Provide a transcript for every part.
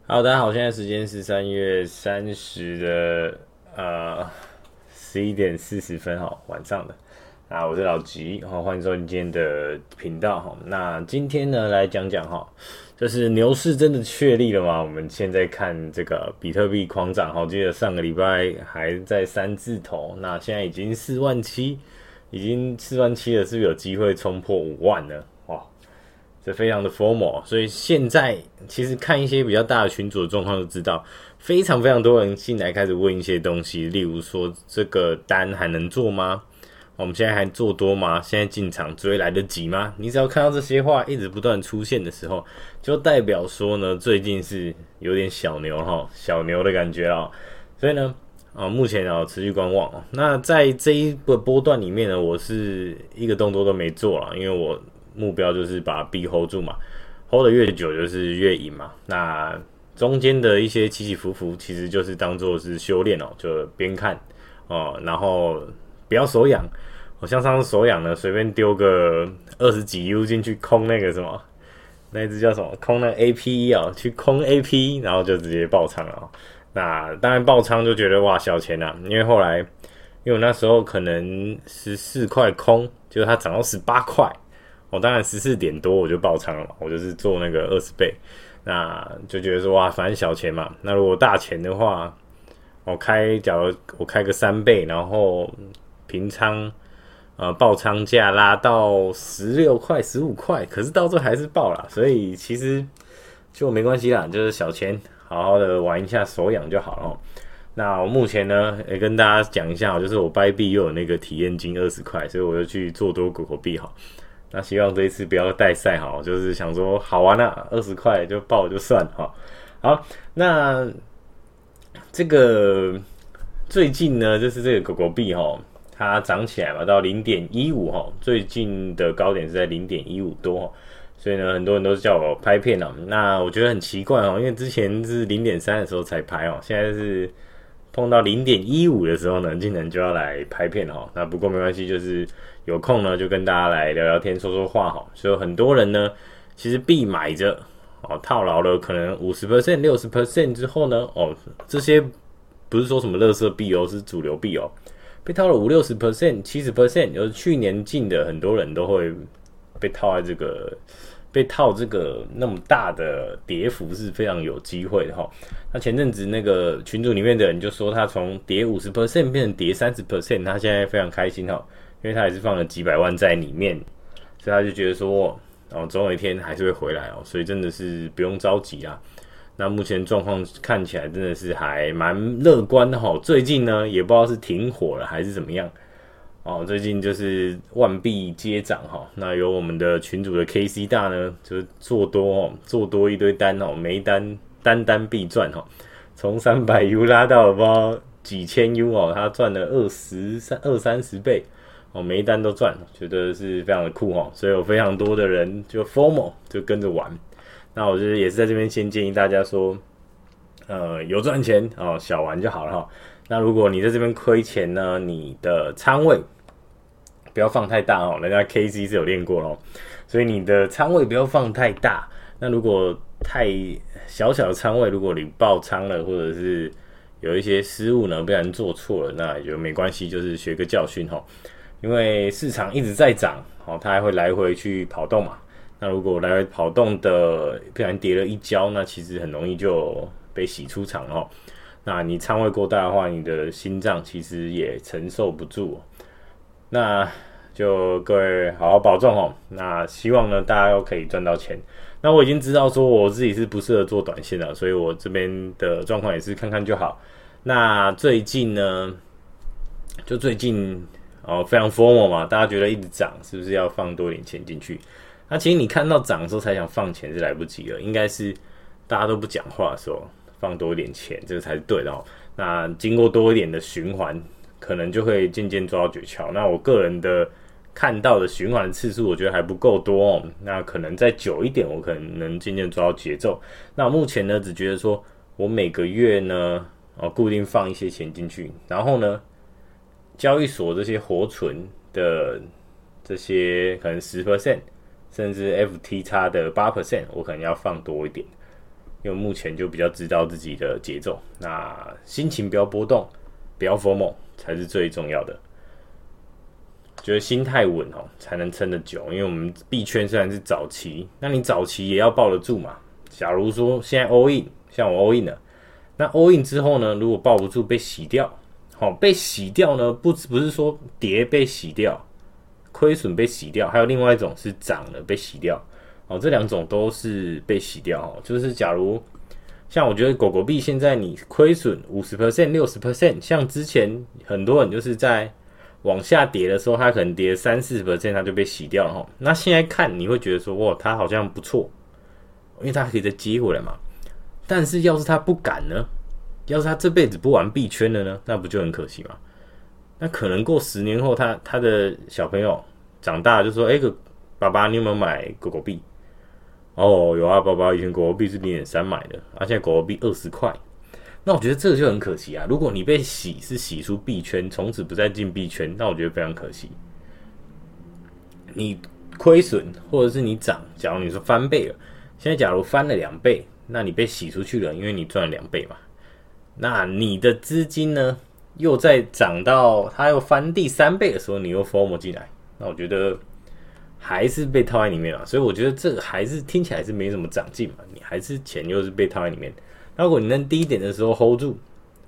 好，大家好，现在时间是3月30的11点40分晚上的。我是老吉，欢迎收听今天的频道那今天呢，来讲讲就是牛市真的确立了吗？我们现在看这个比特币狂涨记得上个礼拜还在3字头，那现在已经47000，已经47000了，是不是有机会冲破5万呢？这非常的 formal， 所以现在其实看一些比较大的群组的状况就知道，非常非常多人进来开始问一些东西，例如说这个单还能做吗？我们现在还做多吗？现在进场追来得及吗？你只要看到这些话一直不断出现的时候，就代表说呢，最近是有点小牛小牛的感觉所以呢，目前持续观望那在这一个波段里面呢，我是一个动作都没做因为我目标就是把币 hold 住嘛 ，hold 得越久就是越赢嘛。那中间的一些起起伏伏，其实就是当做是修炼就边看然后不要手痒。像上次手痒呢，随便丢个20几 U 进去空那个什么，那一只叫什么？空那个 APE去空 AP， 然后就直接爆仓了那当然爆仓就觉得哇小钱因为后来因为我那时候可能14块空，结果它涨到18块。当然14点多我就爆仓了嘛，我就是做那个20倍，那就觉得说哇，反正小钱嘛。那如果大钱的话，假如我开个3倍，然后平仓爆仓价拉到16块、15块，可是到最后还是爆啦，所以其实就没关系啦，就是小钱好好的玩一下手痒就好了那我目前呢，也跟大家讲一下就是我掰币又有那个体验金20块，所以我就去做多狗狗币那希望这一次不要带赛就是想说好玩20块就爆就算好，那这个最近呢，就是这个狗狗币它涨起来嘛，到 0.15 最近的高点是在 0.15 多所以呢，很多人都叫我拍片那我觉得很奇怪因为之前是 0.3 的时候才拍现在是碰到 0.15 的时候呢，竟然就要来拍片那不过没关系，就是有空呢就跟大家来聊聊天说说话所以很多人呢其实币买着套牢了可能 50%、60% 之后呢这些不是说什么垃圾币是主流币被套了50-60%、70%，就是去年进的很多人都会被套在这个那么大的跌幅是非常有机会的那前阵子那个群组里面的人就说他从跌 50% 变成跌 30%， 他现在非常开心因为他也是放了几百万在里面，所以他就觉得说总有一天还是会回来所以真的是不用着急啦。那目前状况看起来真的是还蛮乐观的最近呢也不知道是停火了还是怎么样最近就是万币接涨那有我们的群主的 KC 大呢，就是做多一堆单每一单单必赚从300 U 拉到了不知道几千 U 他赚了20-30倍每一单都赚，觉得是非常的酷所以有非常多的人就 FOMO 就跟着玩。那我就是也是在这边先建议大家说有赚钱小玩就好了那如果你在这边亏钱呢，你的仓位不要放太大人家 KC 是有练过所以你的仓位不要放太大。那如果太小的仓位，如果你爆仓了，或者是有一些失误呢，不然做错了，那也就没关系，就是学个教训因为市场一直在涨它还会来回去跑动嘛。那如果来回跑动的不然跌了一跤，那其实很容易就被洗出场那你仓位过大的话，你的心脏其实也承受不住那就各位好好保重那希望呢大家都可以赚到钱。那我已经知道说我自己是不适合做短线了，所以我这边的状况也是看看就好。那最近呢，就最近非常 FOMO 嘛，大家觉得一直涨，是不是要放多点钱进去？那其实你看到涨的时候才想放钱是来不及了，应该是大家都不讲话的时候放多一点钱，这个才是对的那经过多一点的循环，可能就会渐渐抓到诀窍。那我个人的看到的循环的次数，我觉得还不够多那可能再久一点，我可能能渐渐抓到节奏。那目前呢，只觉得说我每个月呢固定放一些钱进去，然后呢，交易所这些活存的这些可能10%。甚至 FTX 的 8%， 我可能要放多一点。 因为目前就比较知道自己的节奏，那心情不要波动，不要 FOMO 才是最重要的。觉得心态稳才能撑得久，因为我们币圈虽然是早期，那你早期也要抱得住嘛。假如说现在 all in， 像我 all in 了，那 all in 之后呢，如果抱不住被洗掉，被洗掉呢，不是说跌被洗掉，亏损被洗掉，还有另外一种是涨了被洗掉。这两种都是被洗掉。就是假如像我觉得狗狗币现在你亏损 50%、60%， 像之前很多人就是在往下跌的时候，它可能跌 30%-40%， 它就被洗掉了。那现在看你会觉得说，哇，它好像不错，因为它可以再接回来嘛。但是要是它不敢呢？要是它这辈子不玩币圈了呢？那不就很可惜吗？那可能过10年后，他的小朋友长大就说，爸爸你有没有买狗狗币？有啊，爸爸以前狗狗币是 0.3 买的，现在狗狗币20块。那我觉得这个就很可惜啊！如果你被洗是洗出币圈，从此不再进币圈，那我觉得非常可惜。你亏损或者是你涨，假如你说翻倍了，现在假如翻了2倍，那你被洗出去了，因为你赚了2倍嘛。那你的资金呢，又再涨到它又翻第3倍的时候，你又 FOMO 进来，那我觉得还是被套在里面了。所以我觉得这个还是听起来是没什么长进嘛，你还是钱又是被套在里面。如果你能低点的时候 hold 住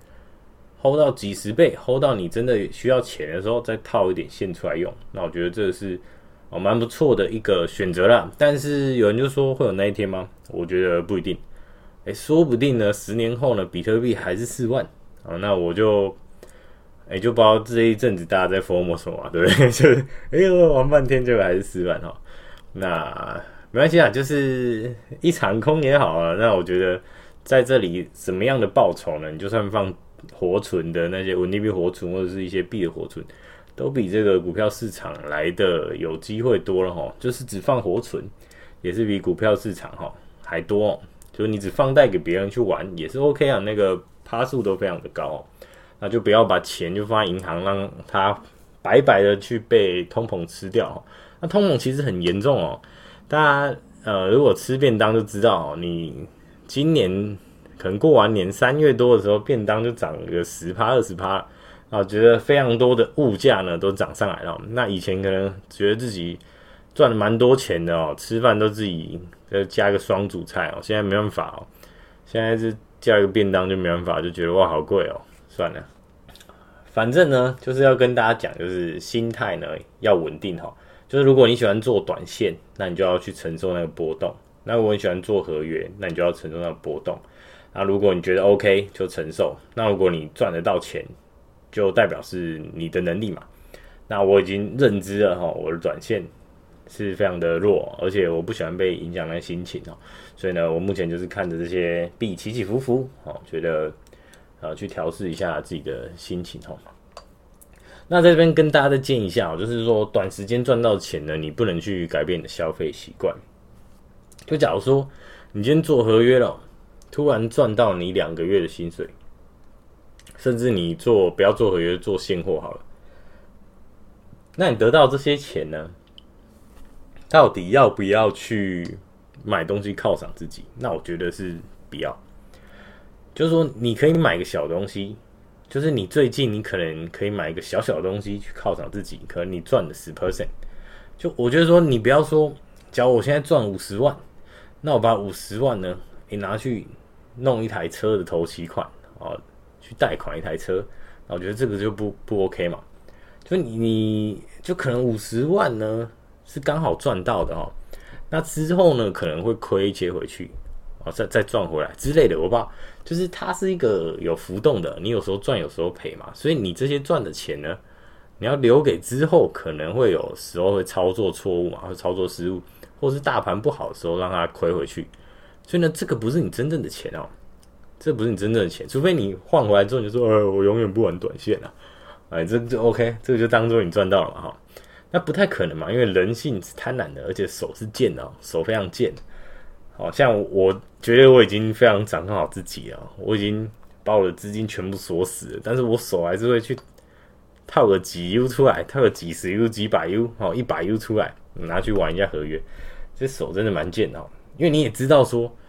，hold 到几十倍 ，hold 到你真的需要钱的时候，再套一点现出来用，那我觉得这是蛮不错的一个选择啦。但是有人就说会有那一天吗？我觉得不一定。说不定呢，10年后呢，比特币还是4万那我就就不知道这一阵子大家在 FOMO 什么对不对？就是玩半天就还是4万那没关系啊，就是一场空也好啊。那我觉得。在这里什么样的报酬呢？你就算放活存的那些稳定币活存，或者是一些币的活存，都比这个股票市场来的有机会多了就是只放活存，也是比股票市场还多就是你只放贷给别人去玩，也是 OK 啊，那个趴数都非常的高那就不要把钱就放在银行，让它白白的去被通膨吃掉那通膨其实很严重大家如果吃便当就知道你。今年可能过完年3月多的时候，便当就涨个 10%、20%， 觉得非常多的物价呢都涨上来了。那以前可能觉得自己赚了蛮多钱的吃饭都自己加个双主菜现在没办法现在是叫一个便当就没办法，就觉得哇好贵算了。反正呢就是要跟大家讲，就是心态呢要稳定就是如果你喜欢做短线，那你就要去承受那个波动。那如果你喜欢做合约，那你就要承受那个波动。那如果你觉得 OK 就承受。那如果你赚得到钱，就代表是你的能力嘛。那我已经认知了我的短线是非常的弱，而且我不喜欢被影响那心情所以呢，我目前就是看着这些币起起伏伏觉得去调试一下自己的心情那在这边跟大家再建议一下就是说短时间赚到钱呢，你不能去改变你的消费习惯。就假如说你今天做合约了，突然赚到你2个月的薪水，甚至你不要做合约，做现货好了，那你得到这些钱呢，到底要不要去买东西犒赏自己？那我觉得是不要。就是说你可以买个小东西，就是你最近你可能可以买一个小小的东西去犒赏自己，可能你赚了 10%。就我觉得说你不要说，假如我现在赚50万，那我把50万呢，拿去弄一台车的头期款去贷款一台车，那我觉得这个就不 OK 嘛。就你就可能50万呢是刚好赚到的那之后呢可能会亏切回去再赚回来之类的，我不知道，就是它是一个有浮动的，你有时候赚有时候赔嘛，所以你这些赚的钱呢，你要留给之后可能会有时候会操作错误嘛，或操作失误，或是大盘不好的时候让它亏回去。所以呢，这个不是你真正的钱这不是你真正的钱，除非你换回来之后你就说我永远不玩短线这就 OK， 这个就当做你赚到了嘛那不太可能嘛，因为人性是贪婪的，而且手是贱的手非常贱像我觉得我已经非常掌控好自己了，我已经把我的资金全部锁死了，但是我手还是会去套个几 U 出来，套个几十 U 几百 U 100 U 出来拿去玩一下合约，这手真的蛮贱因为你也知道说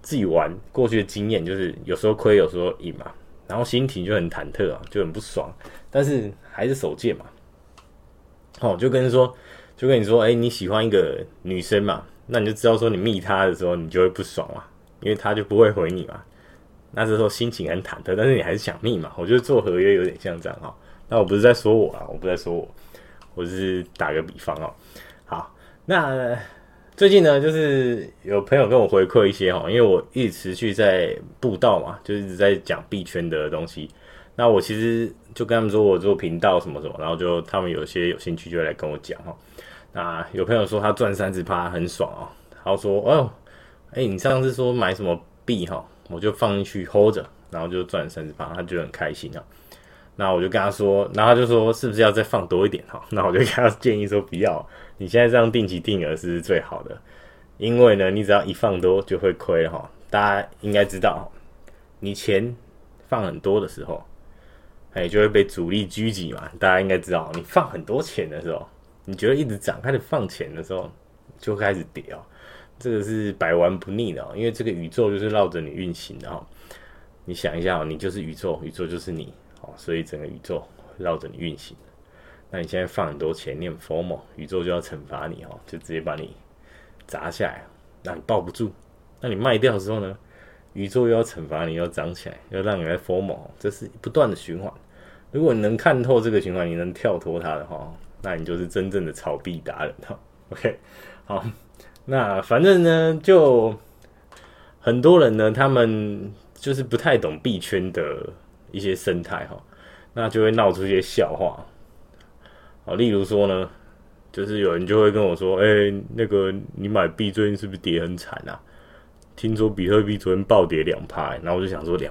自己玩过去的经验，就是有时候亏，有时候赢嘛，然后心情就很忐忑啊，就很不爽，但是还是手贱嘛。就跟你说，你喜欢一个女生嘛，那你就知道说你密她的时候，你就会不爽嘛，因为她就不会回你嘛。那这时候心情很忐忑，但是你还是想密嘛。我觉得做合约有点像这样哈。那我不是在说我啊，我是打个比方哦。好，那最近呢，就是有朋友跟我回馈一些因为我一直持续在布道嘛，就一直在讲币圈的东西。那我其实就跟他们说我做频道什么什么，然后就他们有些有兴趣就会来跟我讲那有朋友说他赚30%很爽他说你上次说买什么币我就放进去 hold 着，然后就赚30%，他就很开心那我就跟他说，然后他就说是不是要再放多一点那我就跟他建议说不要，你现在这样定期定额是最好的，因为呢你只要一放多就会亏了大家应该知道你钱放很多的时候就会被主力狙击嘛，大家应该知道你放很多钱的时候，你觉得一直涨，开始放钱的时候就开始跌这个是百玩不腻的因为这个宇宙就是绕着你运行的你想一下你就是宇宙，宇宙就是你所以整个宇宙绕着你运行。那你现在放很多钱，你很 FOMO， 宇宙就要惩罚你就直接把你砸下来，让你抱不住。那你卖掉的时候呢，宇宙又要惩罚你，要涨起来，要让你来 FOMO， 这是不断的循环。如果你能看透这个循环，你能跳脱它的话，那你就是真正的炒币达人OK， 好，那反正呢，就很多人呢，他们就是不太懂币圈的一些生态那就会闹出一些笑话例如说呢，就是有人就会跟我说，那个你买币最近是不是跌很惨啊？听说比特币昨天暴跌2%，然后我就想说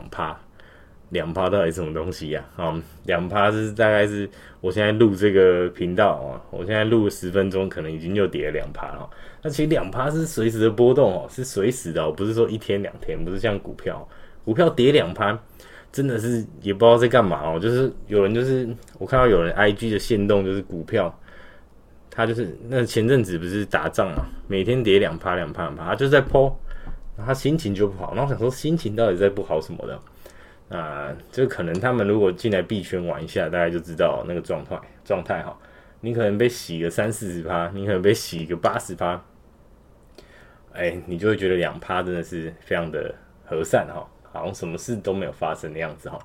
2%到底是什么东西呀？2%是大概是我现在录这个频道我现在录10分钟，可能已经又跌了2%那其实2%是随时的波动是随时的不是说1天2天，不是像股票跌2%，真的是也不知道在干嘛就是有人就是我看到有人 IG 的限动就是股票，他就是那前阵子不是打仗嘛，每天跌2%，他就在 po， 他心情就不好，然后我想说心情到底在不好什么的。就可能他们如果进来币圈玩一下，大概就知道那个状态你可能被洗个30-40%，你可能被洗个80%，你就会觉得2%真的是非常的和善好像什么事都没有发生的样子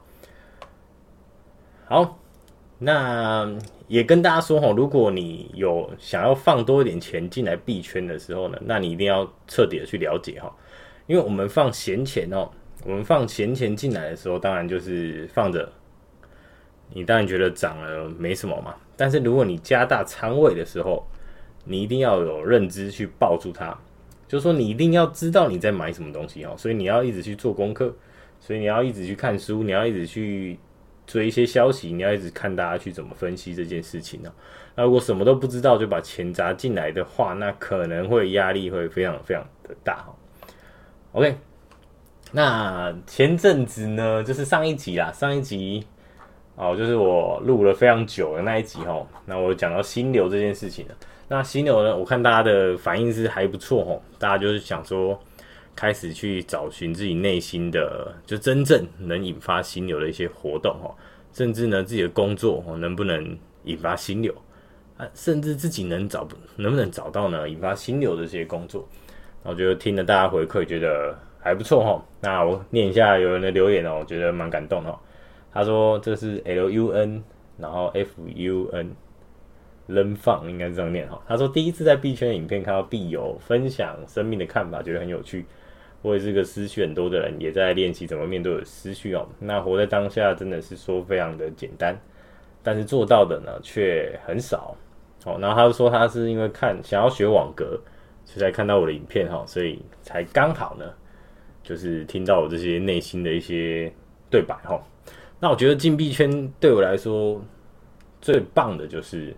好，那也跟大家说如果你有想要放多一点钱进来币圈的时候呢，那你一定要彻底的去了解因为我们放闲钱我们放闲钱进来的时候，当然就是放着，你当然觉得涨了没什么嘛。但是如果你加大仓位的时候，你一定要有认知去抱住它，就是说你一定要知道你在买什么东西所以你要一直去做功课，所以你要一直去看书，你要一直去追一些消息，你要一直看大家去怎么分析这件事情那如果什么都不知道就把钱砸进来的话，那可能会压力会非常非常的大OK。那前阵子呢，就是上一集就是我录了非常久的那一集那我讲到心流这件事情了。那心流呢，我看大家的反应是还不错大家就是想说开始去找寻自己内心的，就真正能引发心流的一些活动甚至呢自己的工作能不能引发心流甚至自己能不能找到呢引发心流的这些工作。然后就听了大家回馈，觉得还不错那我念一下有人的留言我觉得蛮感动的他说这是 LUN 然后 FUN 扔放应该是这样念他说第一次在币圈的影片看到币友分享生命的看法，觉得很有趣。我也是个思绪很多的人，也在练习怎么面对我的思绪那活在当下真的是说非常的简单，但是做到的呢却很少然后他就说他是因为想要学网格，所以才看到我的影片所以才刚好呢就是听到我这些内心的一些对白那我觉得进币圈对我来说最棒的就是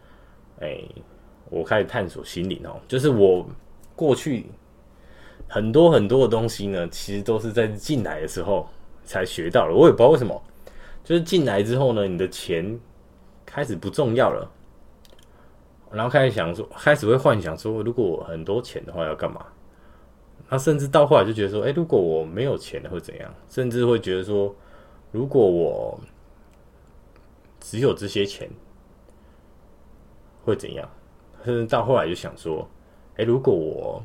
我开始探索心灵就是我过去很多很多的东西呢，其实都是在进来的时候才学到的。我也不知道为什么，就是进来之后呢，你的钱开始不重要了，然后开始会幻想说，如果我很多钱的话要干嘛？ 甚至到后来就觉得说，如果我没有钱了会怎样？甚至会觉得说，如果我只有这些钱会怎样？甚至到后来就想说，如果我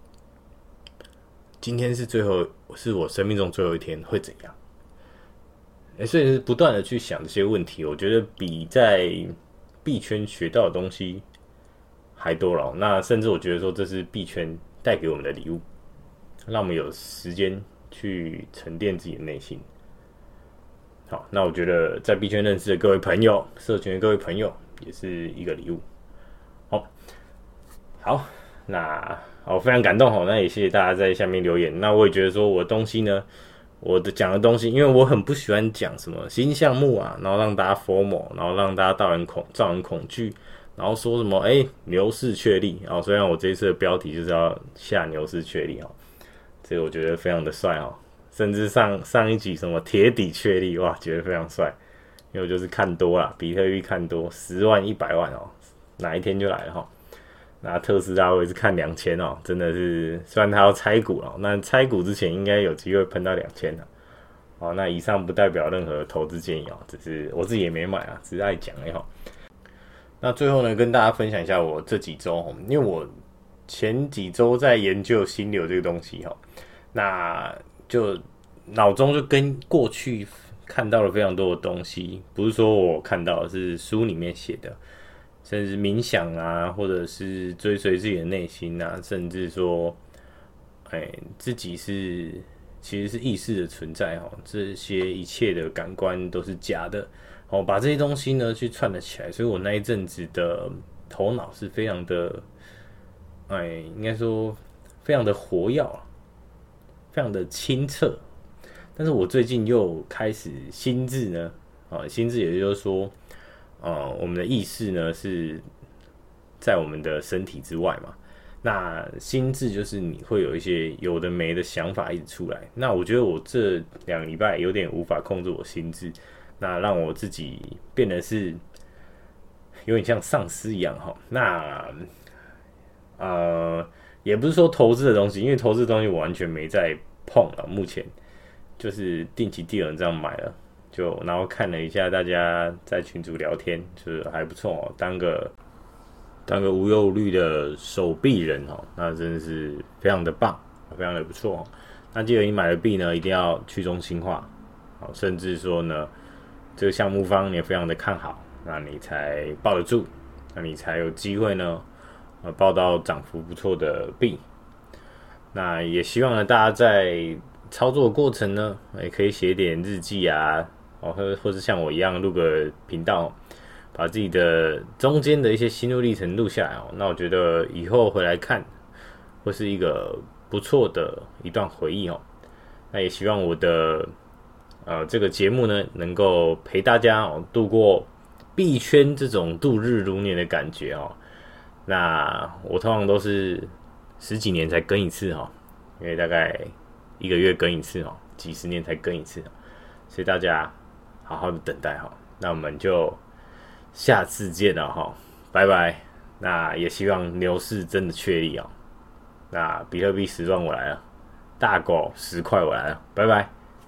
今天是我生命中最后一天会怎样？所以是不断的去想这些问题，我觉得比在币圈学到的东西还多了。那甚至我觉得说，这是币圈带给我们的礼物，让我们有时间去沉淀自己的内心。好，那我觉得在币圈认识的各位朋友，社群的各位朋友，也是一个礼物。好，那我非常感动，那也谢谢大家在下面留言。那我也觉得说，我的东西呢，我的讲的东西，因为我很不喜欢讲什么新项目啊，然后让大家 FOMO， 然后让大家造成恐惧，然后说什么牛市确立。然后虽然我这一次的标题就是要下牛市确立这个我觉得非常的帅甚至上一集什么铁底确立，哇，觉得非常帅，因为我就是看多啦，比特币看多10万100万哪一天就来了那特斯拉我也是看2000真的是，虽然它要拆股那拆股之前应该有机会喷到2000那以上不代表任何投资建议只是我自己也没买只是爱讲那最后呢，跟大家分享一下我这几周因为我前几周在研究心流这个东西那就脑中就跟过去看到了非常多的东西，不是说我看到的，是书里面写的，甚至冥想啊，或者是追随自己的内心啊，甚至说，自己其实是意识的存在这些一切的感官都是假的把这些东西呢去串了起来，所以我那一阵子的头脑是非常的，应该说非常的活跃，非常的清澈。但是我最近又开始心智呢，心智也就是说，我们的意识呢是在我们的身体之外嘛。那心智就是你会有一些有的没的想法一直出来。那我觉得我这2个礼拜有点无法控制我心智，那让我自己变得是有点像丧尸一样那也不是说投资的东西，因为投资的东西我完全没在碰目前就是定期定额这样买了，然后看了一下大家在群组聊天，就是还不错当个无忧无虑的手币人那真的是非常的棒，非常的不错那记得你买的币呢，一定要去中心化甚至说呢，这个项目方你也非常的看好，那你才抱得住，那你才有机会呢，抱到涨幅不错的币。那也希望呢，大家在操作的过程呢，也可以写点日记啊，或是像我一样录个频道，把自己的中间的一些心路历程录下来那我觉得以后回来看，会是一个不错的一段回忆那也希望我的这个节目呢，能够陪大家度过币圈这种度日如年的感觉那我通常都是10几年才更一次因为大概1个月更一次几10年才更一次所以大家好好的等待那我们就下次见了拜拜。那也希望牛市真的确立那比特币10万我来了，大狗10块我来了，拜拜。